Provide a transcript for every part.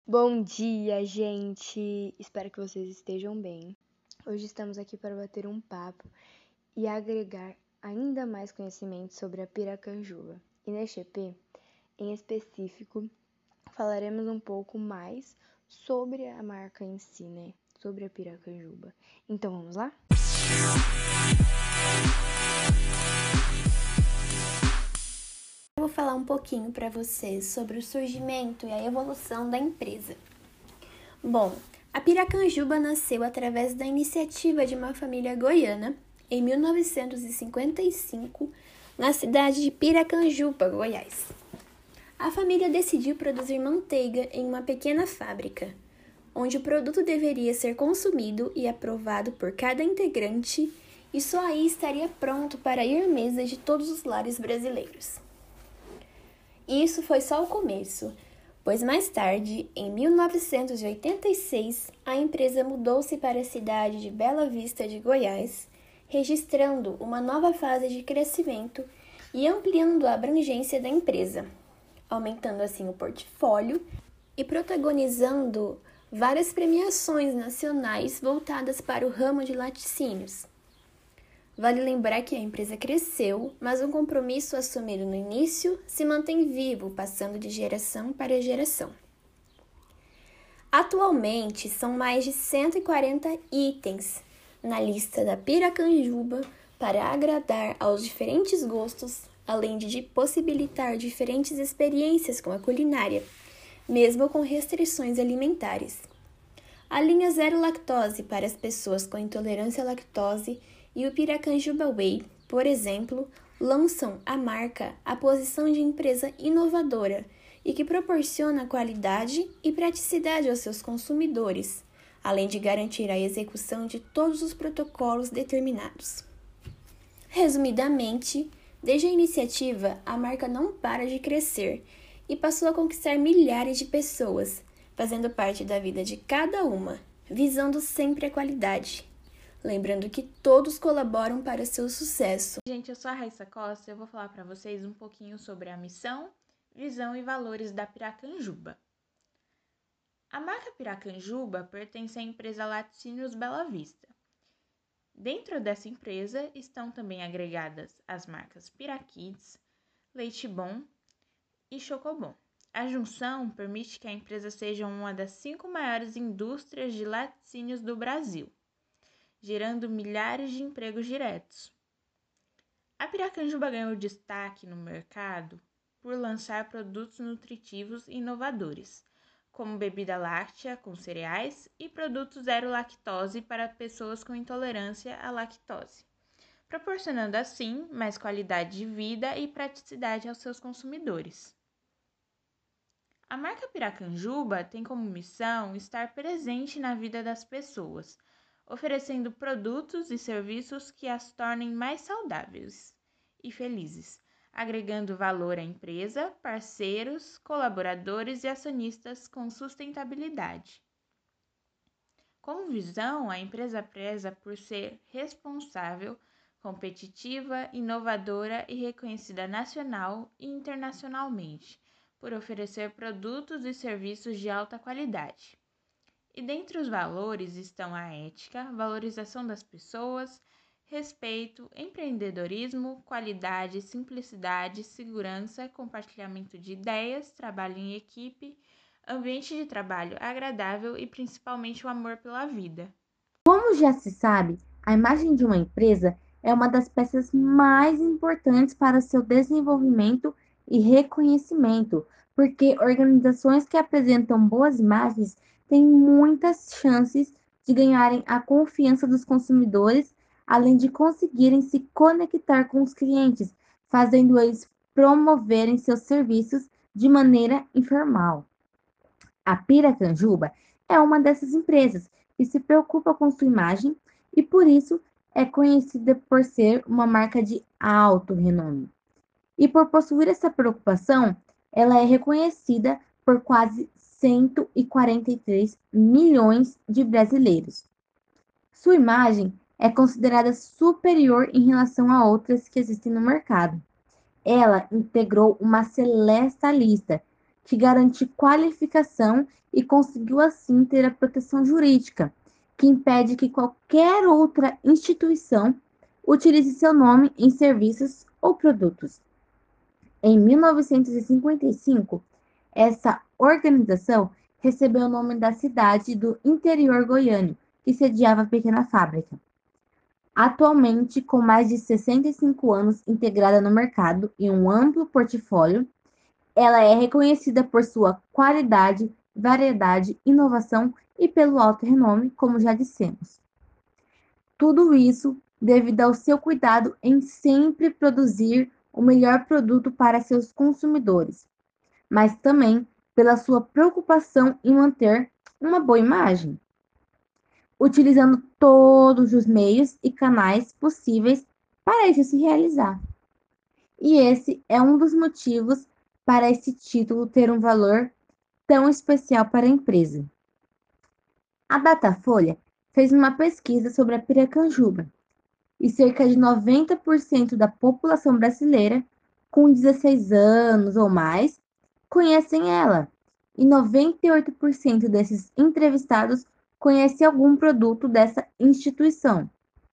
Bom dia, gente! Espero que vocês estejam bem. Hoje estamos aqui para bater um papo e agregar ainda mais conhecimento sobre a piracanjuba. E neste EP, em específico, falaremos um pouco mais sobre a marca em si, né? Sobre a piracanjuba. Então vamos lá? Eu vou falar um pouquinho para vocês sobre o surgimento e a evolução da empresa. Bom, a piracanjuba nasceu através da iniciativa de uma família goiana em 1955, na cidade de Piracanjuba, Goiás. A família decidiu produzir manteiga em uma pequena fábrica, onde o produto deveria ser consumido e aprovado por cada integrante, e só aí estaria pronto para ir à mesa de todos os lares brasileiros. E isso foi só o começo, pois mais tarde, em 1986, a empresa mudou-se para a cidade de Bela Vista de Goiás, registrando uma nova fase de crescimento e ampliando a abrangência da empresa, aumentando assim o portfólio e protagonizando várias premiações nacionais voltadas para o ramo de laticínios. Vale lembrar que a empresa cresceu, mas um compromisso assumido no início se mantém vivo, passando de geração para geração. Atualmente, são mais de 140 itens na lista da Piracanjuba para agradar aos diferentes gostos, além de possibilitar diferentes experiências com a culinária, mesmo com restrições alimentares. A linha Zero Lactose para as pessoas com intolerância à lactose e o Piracanjuba Whey, por exemplo, lançam a marca à posição de empresa inovadora e que proporciona qualidade e praticidade aos seus consumidores, além de garantir a execução de todos os protocolos determinados. Resumidamente, desde a iniciativa, a marca não para de crescer e passou a conquistar milhares de pessoas, fazendo parte da vida de cada uma, visando sempre a qualidade. Lembrando que todos colaboram para seu sucesso. Gente, eu sou a Raíssa Costa e eu vou falar para vocês um pouquinho sobre a missão, visão e valores da Piracanjuba. A marca Piracanjuba pertence à empresa Laticínios Bela Vista. Dentro dessa empresa estão também agregadas as marcas Pirakids, Leite Bom e Chocobon. A junção permite que a empresa seja uma das 5 maiores indústrias de laticínios do Brasil, gerando milhares de empregos diretos. A Piracanjuba ganhou destaque no mercado por lançar produtos nutritivos e inovadores, como bebida láctea com cereais e produtos zero lactose para pessoas com intolerância à lactose, proporcionando assim mais qualidade de vida e praticidade aos seus consumidores. A marca Piracanjuba tem como missão estar presente na vida das pessoas, oferecendo produtos e serviços que as tornem mais saudáveis e felizes, agregando valor à empresa, parceiros, colaboradores e acionistas com sustentabilidade. Como visão, a empresa preza por ser responsável, competitiva, inovadora e reconhecida nacional e internacionalmente, por oferecer produtos e serviços de alta qualidade. E dentre os valores estão a ética, valorização das pessoas, respeito, empreendedorismo, qualidade, simplicidade, segurança, compartilhamento de ideias, trabalho em equipe, ambiente de trabalho agradável e principalmente o amor pela vida. Como já se sabe, a imagem de uma empresa é uma das peças mais importantes para seu desenvolvimento e reconhecimento, porque organizações que apresentam boas imagens têm muitas chances de ganharem a confiança dos consumidores, além de conseguirem se conectar com os clientes, fazendo eles promoverem seus serviços de maneira informal. A Piracanjuba é uma dessas empresas que se preocupa com sua imagem e, por isso, é conhecida por ser uma marca de alto renome. E por possuir essa preocupação, ela é reconhecida por quase 143 milhões de brasileiros. Sua imagem é considerada superior em relação a outras que existem no mercado. Ela integrou uma celesta lista que garante qualificação e conseguiu assim ter a proteção jurídica, que impede que qualquer outra instituição utilize seu nome em serviços ou produtos. Em 1955, essa organização recebeu o nome da cidade do interior goiano, que sediava a pequena fábrica. Atualmente, com mais de 65 anos integrada no mercado e um amplo portfólio, ela é reconhecida por sua qualidade, variedade, inovação e pelo alto renome, como já dissemos. Tudo isso devido ao seu cuidado em sempre produzir o melhor produto para seus consumidores, mas também pela sua preocupação em manter uma boa imagem, utilizando todos os meios e canais possíveis para isso se realizar. E esse é um dos motivos para esse título ter um valor tão especial para a empresa. A Datafolha fez uma pesquisa sobre a piracanjuba e cerca de 90% da população brasileira com 16 anos ou mais conhecem ela, e 98% desses entrevistados conhecem algum produto dessa instituição.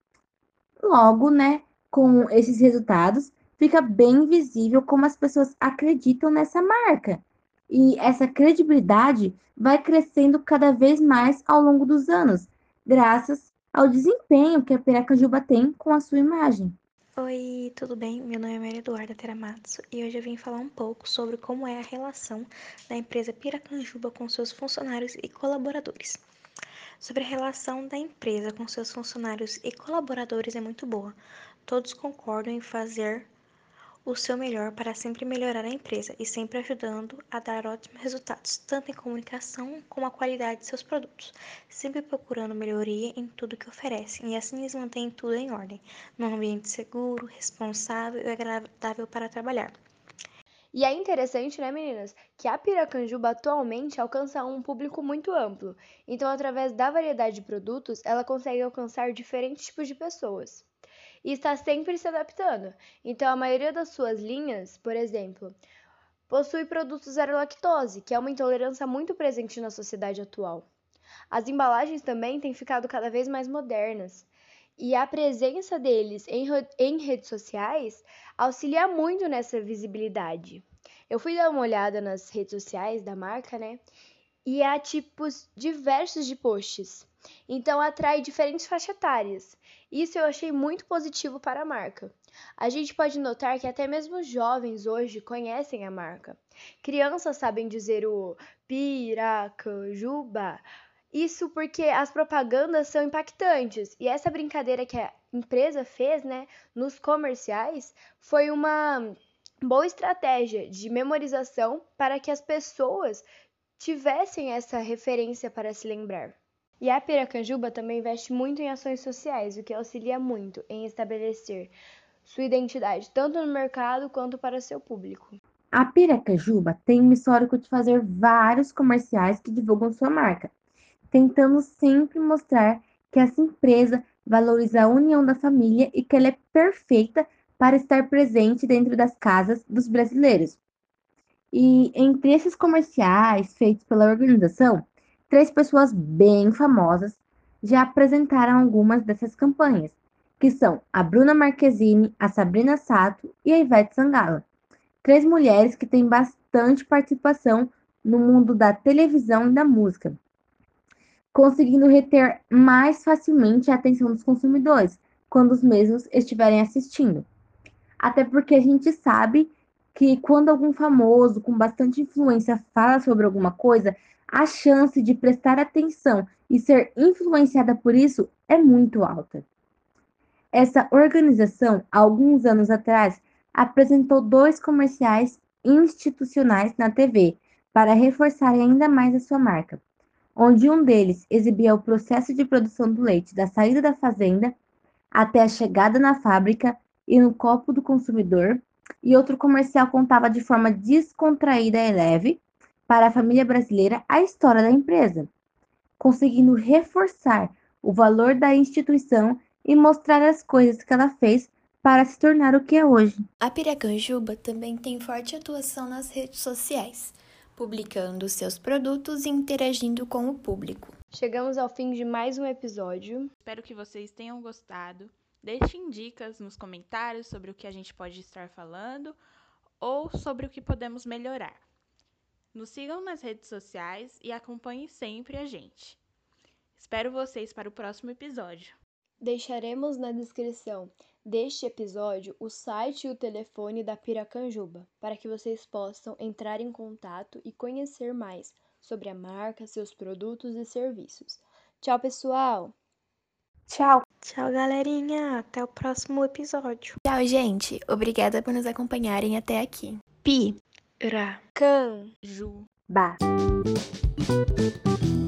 Logo, com esses resultados, fica bem visível como as pessoas acreditam nessa marca. E essa credibilidade vai crescendo cada vez mais ao longo dos anos, graças ao desempenho que a Piracanjuba tem com a sua imagem. Oi, tudo bem? Meu nome é Maria Eduarda Teramatsu e hoje eu vim falar um pouco sobre como é a relação da empresa Piracanjuba com seus funcionários e colaboradores. Sobre a relação da empresa com seus funcionários e colaboradores é muito boa. Todos concordam em fazer o seu melhor para sempre melhorar a empresa e sempre ajudando a dar ótimos resultados, tanto em comunicação como a qualidade de seus produtos, sempre procurando melhoria em tudo que oferecem e assim eles mantêm tudo em ordem, num ambiente seguro, responsável e agradável para trabalhar. E é interessante, né, meninas, que a Piracanjuba atualmente alcança um público muito amplo. Então, através da variedade de produtos, ela consegue alcançar diferentes tipos de pessoas. E está sempre se adaptando. Então, a maioria das suas linhas, por exemplo, possui produtos zero lactose, que é uma intolerância muito presente na sociedade atual. As embalagens também têm ficado cada vez mais modernas. E a presença deles em redes sociais auxilia muito nessa visibilidade. Eu fui dar uma olhada nas redes sociais da marca, né? E há tipos diversos de posts. Então atrai diferentes faixas etárias. Isso eu achei muito positivo para a marca. A gente pode notar que até mesmo os jovens hoje conhecem a marca. Crianças sabem dizer o Piracanjuba. Isso porque as propagandas são impactantes. E essa brincadeira que a empresa fez, né, nos comerciais, foi uma boa estratégia de memorização para que as pessoas tivessem essa referência para se lembrar. E a Piracanjuba também investe muito em ações sociais, o que auxilia muito em estabelecer sua identidade, tanto no mercado quanto para seu público. A Piracanjuba tem um histórico de fazer vários comerciais que divulgam sua marca, tentando sempre mostrar que essa empresa valoriza a união da família e que ela é perfeita para estar presente dentro das casas dos brasileiros. E entre esses comerciais feitos pela organização, 3 pessoas bem famosas já apresentaram algumas dessas campanhas, que são a Bruna Marquezine, a Sabrina Sato e a Ivete Sangalo. 3 mulheres que têm bastante participação no mundo da televisão e da música, conseguindo reter mais facilmente a atenção dos consumidores quando os mesmos estiverem assistindo. Até porque a gente sabe que quando algum famoso com bastante influência fala sobre alguma coisa, a chance de prestar atenção e ser influenciada por isso é muito alta. Essa organização, há alguns anos atrás, apresentou 2 comerciais institucionais na TV para reforçar ainda mais a sua marca, onde um deles exibia o processo de produção do leite da saída da fazenda até a chegada na fábrica e no copo do consumidor, e outro comercial contava de forma descontraída e leve para a família brasileira a história da empresa, conseguindo reforçar o valor da instituição e mostrar as coisas que ela fez para se tornar o que é hoje. A Piracanjuba também tem forte atuação nas redes sociais, publicando seus produtos e interagindo com o público. Chegamos ao fim de mais um episódio. Espero que vocês tenham gostado. Deixem dicas nos comentários sobre o que a gente pode estar falando ou sobre o que podemos melhorar. Nos sigam nas redes sociais e acompanhem sempre a gente. Espero vocês para o próximo episódio. Deixaremos na descrição deste episódio o site e o telefone da Piracanjuba, para que vocês possam entrar em contato e conhecer mais sobre a marca, seus produtos e serviços. Tchau, pessoal! Tchau! Tchau, galerinha! Até o próximo episódio. Tchau, gente! Obrigada por nos acompanharem até aqui. Pi, Ra, Can, Ju. Ba.